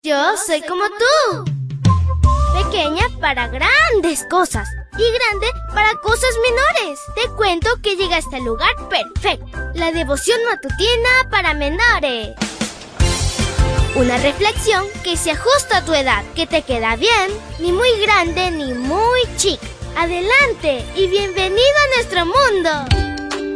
Yo soy como tú. Pequeña para grandes cosas y grande para cosas menores. Te cuento que llegaste al lugar perfecto. La devoción matutina para menores. Una reflexión que se ajusta a tu edad, que te queda bien, ni muy grande ni muy chica. Adelante y bienvenido a nuestro mundo.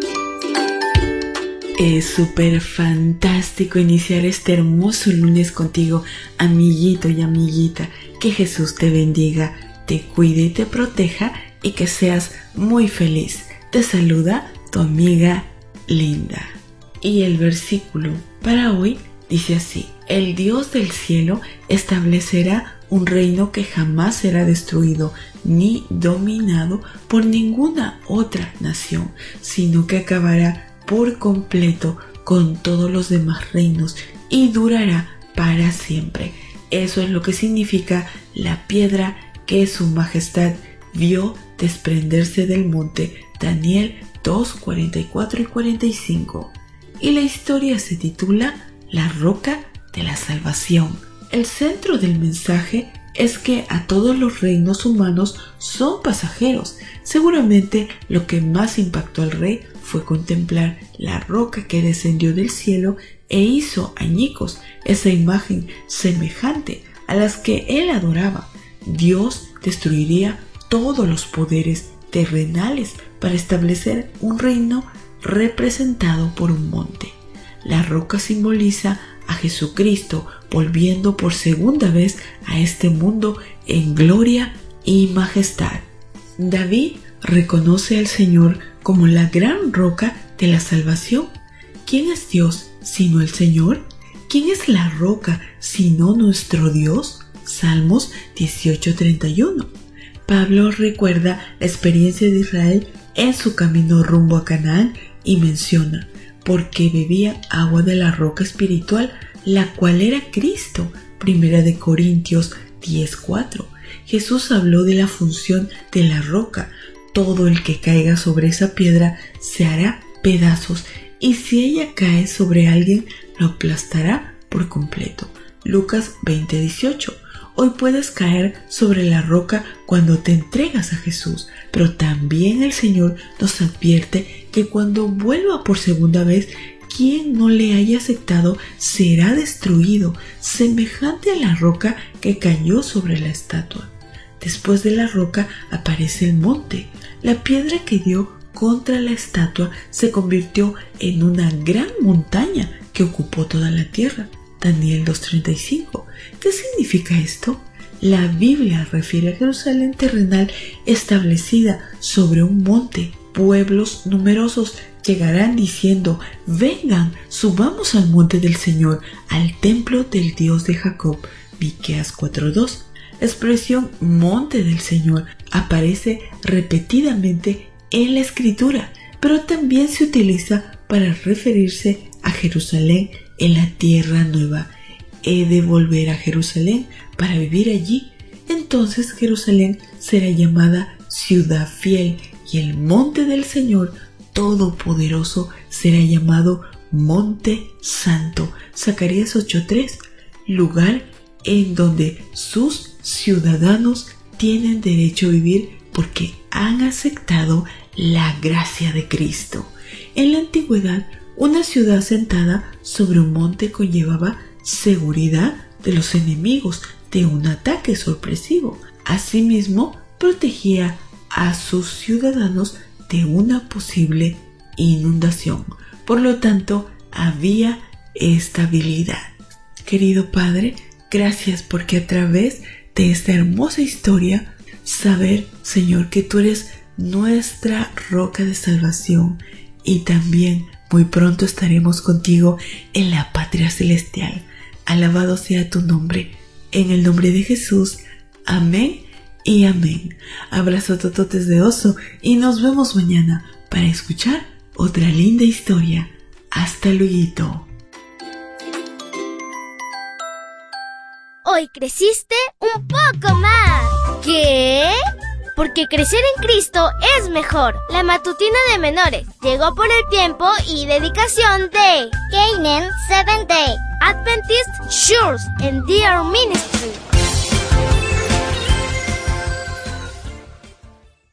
Es súper fantástico iniciar este hermoso lunes contigo, amiguito y amiguita. Que Jesús te bendiga, te cuide y te proteja y que seas muy feliz. Te saluda tu amiga Linda. Y el versículo para hoy dice así: el Dios del cielo establecerá un reino que jamás será destruido ni dominado por ninguna otra nación, sino que acabará por completo con todos los demás reinos y durará para siempre. Eso es lo que significa la piedra que su majestad vio desprenderse del monte. Daniel 2, 44 y 45. Y la historia se titula La roca de la salvación. El centro del mensaje es que a todos los reinos humanos son pasajeros. Seguramente lo que más impactó al rey fue contemplar la roca que descendió del cielo e hizo añicos esa imagen semejante a las que él adoraba. Dios destruiría todos los poderes terrenales para establecer un reino representado por un monte. La roca simboliza a Jesucristo volviendo por segunda vez a este mundo en gloria y majestad. David reconoce al Señor como la gran roca de la salvación. ¿Quién es Dios sino el Señor? ¿Quién es la roca sino nuestro Dios? Salmos 18:31. Pablo recuerda la experiencia de Israel en su camino rumbo a Canaán y menciona: porque bebía agua de la roca espiritual, la cual era Cristo. Primera de Corintios 10:4. Jesús habló de la función de la roca. Todo el que caiga sobre esa piedra se hará pedazos, y si ella cae sobre alguien, lo aplastará por completo. Lucas 20:18. Hoy puedes caer sobre la roca cuando te entregas a Jesús, pero también el Señor nos advierte que cuando vuelva por segunda vez, quien no le haya aceptado será destruido, semejante a la roca que cayó sobre la estatua. Después de la roca aparece el monte. La piedra que dio contra la estatua se convirtió en una gran montaña que ocupó toda la tierra. Daniel 2:35. ¿Qué significa esto? La Biblia refiere a Jerusalén terrenal establecida sobre un monte. Pueblos numerosos llegarán diciendo: vengan, subamos al monte del Señor, al templo del Dios de Jacob. Miqueas 4:2. La expresión monte del Señor aparece repetidamente en la Escritura, pero también se utiliza para referirse a Jerusalén en la tierra nueva. He de volver a Jerusalén para vivir allí. Entonces Jerusalén será llamada ciudad fiel y el monte del Señor Todopoderoso será llamado Monte Santo. Zacarías 8:3. Lugar en donde sus ciudadanos tienen derecho a vivir porque han aceptado la gracia de Cristo. En la antigüedad, una ciudad sentada sobre un monte conllevaba seguridad de los enemigos de un ataque sorpresivo. Asimismo, protegía a sus ciudadanos de una posible inundación. Por lo tanto, había estabilidad. Querido Padre, gracias porque a través de esta hermosa historia, saber, Señor, que tú eres nuestra roca de salvación y también muy pronto estaremos contigo en la patria celestial. Alabado sea tu nombre. En el nombre de Jesús. Amén y amén. Abrazo tototes de oso y nos vemos mañana para escuchar otra linda historia. Hasta luego. Hoy creciste un poco más. ¿Qué? Porque crecer en Cristo es mejor. La matutina de menores llegó por el tiempo y dedicación de Canaan Seventh Day. Adventist Church and Their Ministry.